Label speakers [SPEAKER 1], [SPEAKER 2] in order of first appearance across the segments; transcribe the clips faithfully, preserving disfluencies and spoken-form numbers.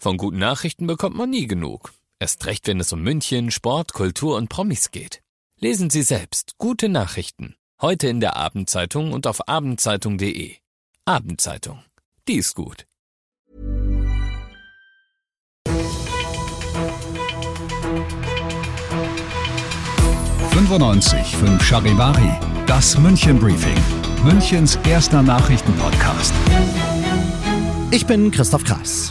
[SPEAKER 1] Von guten Nachrichten bekommt man nie genug. Erst recht, wenn es um München, Sport, Kultur und Promis geht. Lesen Sie selbst gute Nachrichten. Heute in der Abendzeitung und auf abendzeitung punkt de. Abendzeitung. Die ist gut.
[SPEAKER 2] fünfundneunzig Komma fünf Charivari, das München Briefing, Münchens erster Nachrichtenpodcast.
[SPEAKER 3] Ich bin Christoph Kreis.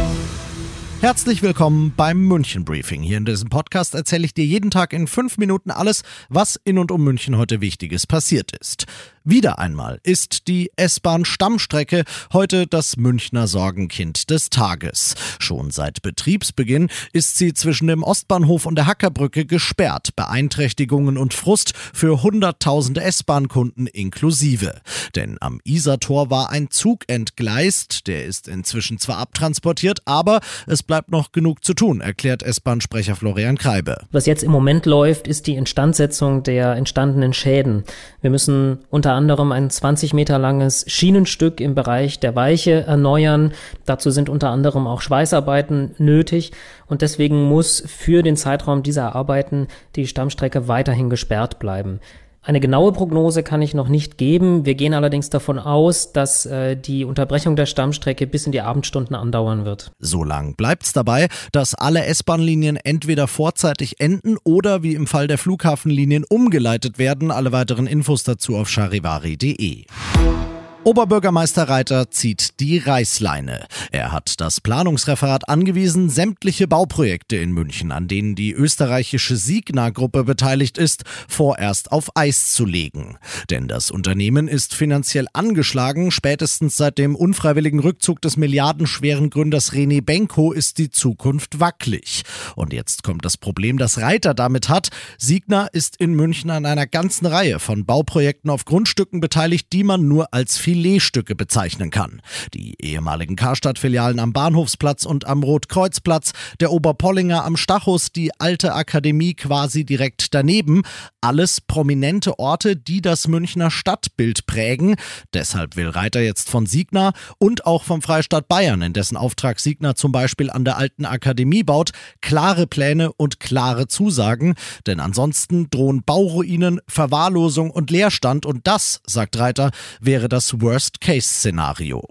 [SPEAKER 3] Herzlich willkommen beim München Briefing. Hier in diesem Podcast erzähle ich dir jeden Tag in fünf Minuten alles, was in und um München heute Wichtiges passiert ist. Wieder einmal ist die S-Bahn-Stammstrecke heute das Münchner Sorgenkind des Tages. Schon seit Betriebsbeginn ist sie zwischen dem Ostbahnhof und der Hackerbrücke gesperrt. Beeinträchtigungen und Frust für hunderttausende S-Bahn-Kunden inklusive. Denn am Isartor war ein Zug entgleist. Der ist inzwischen zwar abtransportiert, aber es bleibt noch genug zu tun, erklärt S-Bahn-Sprecher Florian Kreibe.
[SPEAKER 4] Was jetzt im Moment läuft, ist die Instandsetzung der entstandenen Schäden. Wir müssen unter anderem ein zwanzig Meter langes Schienenstück im Bereich der Weiche erneuern. Dazu sind unter anderem auch Schweißarbeiten nötig und deswegen muss für den Zeitraum dieser Arbeiten die Stammstrecke weiterhin gesperrt bleiben. Eine genaue Prognose kann ich noch nicht geben. Wir gehen allerdings davon aus, dass äh, die Unterbrechung der Stammstrecke bis in die Abendstunden andauern wird.
[SPEAKER 3] So lang bleibt's dabei, dass alle S-Bahn-Linien entweder vorzeitig enden oder wie im Fall der Flughafenlinien umgeleitet werden. Alle weiteren Infos dazu auf charivari punkt de. Oberbürgermeister Reiter zieht die Reißleine. Er hat das Planungsreferat angewiesen, sämtliche Bauprojekte in München, an denen die österreichische Signa-Gruppe beteiligt ist, vorerst auf Eis zu legen. Denn das Unternehmen ist finanziell angeschlagen. Spätestens seit dem unfreiwilligen Rückzug des milliardenschweren Gründers René Benko ist die Zukunft wackelig. Und jetzt kommt das Problem, das Reiter damit hat. Signa ist in München an einer ganzen Reihe von Bauprojekten auf Grundstücken beteiligt, die man nur als Filetstücke bezeichnen kann. Die ehemaligen Karstadt-Filialen am Bahnhofsplatz und am Rotkreuzplatz, der Oberpollinger am Stachus, die alte Akademie quasi direkt daneben. Alles prominente Orte, die das Münchner Stadtbild prägen. Deshalb will Reiter jetzt von Signa und auch vom Freistaat Bayern, in dessen Auftrag Signa zum Beispiel an der alten Akademie baut, klare Pläne und klare Zusagen. Denn ansonsten drohen Bauruinen, Verwahrlosung und Leerstand. Und das, sagt Reiter, wäre das Worst-Case-Szenario.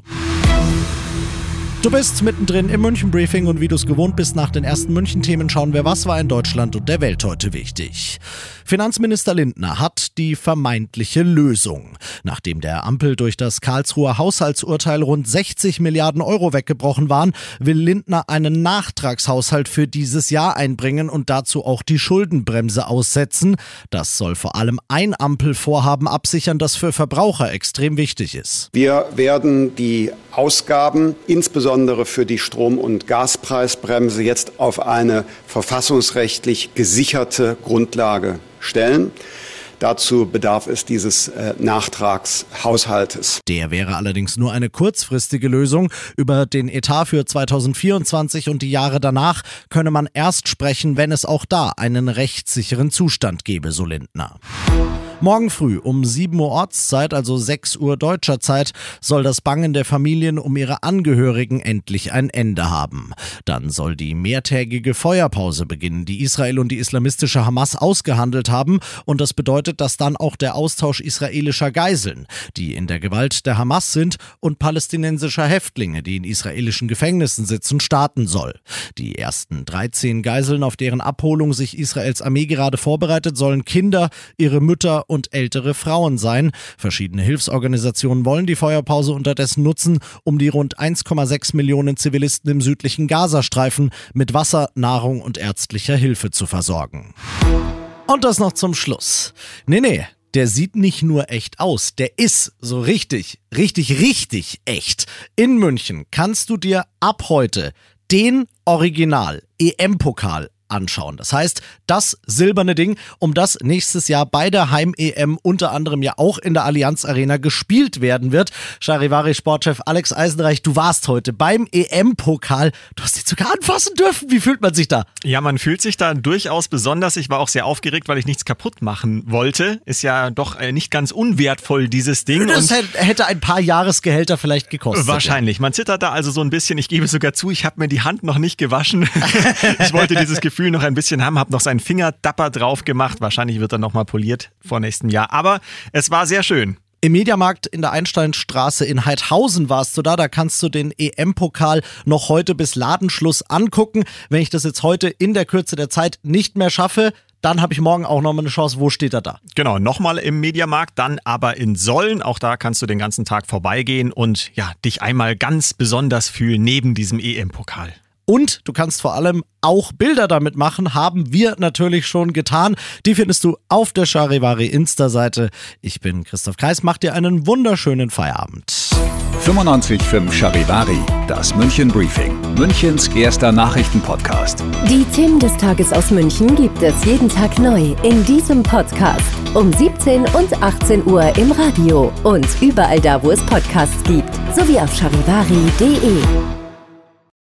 [SPEAKER 3] Du bist mittendrin im München-Briefing und wie du es gewohnt bist, nach den ersten München-Themen schauen wir, was war in Deutschland und der Welt heute wichtig. Finanzminister Lindner hat die vermeintliche Lösung. Nachdem der Ampel durch das Karlsruher Haushaltsurteil rund sechzig Milliarden Euro weggebrochen waren, will Lindner einen Nachtragshaushalt für dieses Jahr einbringen und dazu auch die Schuldenbremse aussetzen. Das soll vor allem ein Ampelvorhaben absichern, das für Verbraucher extrem wichtig ist.
[SPEAKER 5] Wir werden die Ausgaben, insbesondere für die Strom- und Gaspreisbremse, jetzt auf eine verfassungsrechtlich gesicherte Grundlage stellen. Dazu bedarf es dieses äh, Nachtragshaushaltes.
[SPEAKER 3] Der wäre allerdings nur eine kurzfristige Lösung. Über den Etat für zweitausendvierundzwanzig und die Jahre danach könne man erst sprechen, wenn es auch da einen rechtssicheren Zustand gebe, so Lindner. Morgen früh um sieben Uhr Ortszeit, also sechs Uhr deutscher Zeit, soll das Bangen der Familien um ihre Angehörigen endlich ein Ende haben. Dann soll die mehrtägige Feuerpause beginnen, die Israel und die islamistische Hamas ausgehandelt haben. Und das bedeutet, dass dann auch der Austausch israelischer Geiseln, die in der Gewalt der Hamas sind, und palästinensischer Häftlinge, die in israelischen Gefängnissen sitzen, starten soll. Die ersten dreizehn Geiseln, auf deren Abholung sich Israels Armee gerade vorbereitet, sollen Kinder, ihre Mütter und ältere Frauen sein. Verschiedene Hilfsorganisationen wollen die Feuerpause unterdessen nutzen, um die rund eins Komma sechs Millionen Zivilisten im südlichen Gazastreifen mit Wasser, Nahrung und ärztlicher Hilfe zu versorgen. Und das noch zum Schluss. Nee, nee. Der sieht nicht nur echt aus, der ist so richtig, richtig, richtig echt. In München kannst du dir ab heute den Original-E M-Pokal anschauen. Das heißt, das silberne Ding, um das nächstes Jahr bei der Heim-E M unter anderem ja auch in der Allianz Arena gespielt werden wird. Charivari-Sportchef Alex Eisenreich, du warst heute beim E M-Pokal. Du hast ihn sogar anfassen dürfen. Wie fühlt man sich da?
[SPEAKER 6] Ja, man fühlt sich da durchaus besonders. Ich war auch sehr aufgeregt, weil ich nichts kaputt machen wollte. Ist ja doch nicht ganz unwertvoll, dieses Ding.
[SPEAKER 3] Das und hätte ein paar Jahresgehälter vielleicht gekostet.
[SPEAKER 6] Wahrscheinlich. Ja. Man zittert da also so ein bisschen. Ich gebe sogar zu, ich habe mir die Hand noch nicht gewaschen. Ich wollte dieses Gefühl noch ein bisschen haben, habe noch seinen Fingerdapper drauf gemacht. Wahrscheinlich wird er nochmal poliert vor nächstem Jahr. Aber es war sehr schön.
[SPEAKER 3] Im Mediamarkt in der Einsteinstraße in Heidhausen warst du da. Da kannst du den E M-Pokal noch heute bis Ladenschluss angucken. Wenn ich das jetzt heute in der Kürze der Zeit nicht mehr schaffe, dann habe ich morgen auch nochmal eine Chance. Wo steht er da?
[SPEAKER 6] Genau, nochmal im Mediamarkt, dann aber in Sollen. Auch da kannst du den ganzen Tag vorbeigehen und ja, dich einmal ganz besonders fühlen neben diesem E M-Pokal.
[SPEAKER 3] Und du kannst vor allem auch Bilder damit machen, haben wir natürlich schon getan. Die findest du auf der Charivari Insta-Seite. Ich bin Christoph Kreis, mach dir einen wunderschönen Feierabend.
[SPEAKER 2] fünfundneunzig Komma fünf Charivari, das München Briefing, Münchens erster Nachrichtenpodcast.
[SPEAKER 7] Die Themen des Tages aus München gibt es jeden Tag neu in diesem Podcast. Um siebzehn und achtzehn Uhr im Radio und überall da, wo es Podcasts gibt. Sowie auf charivari punkt de.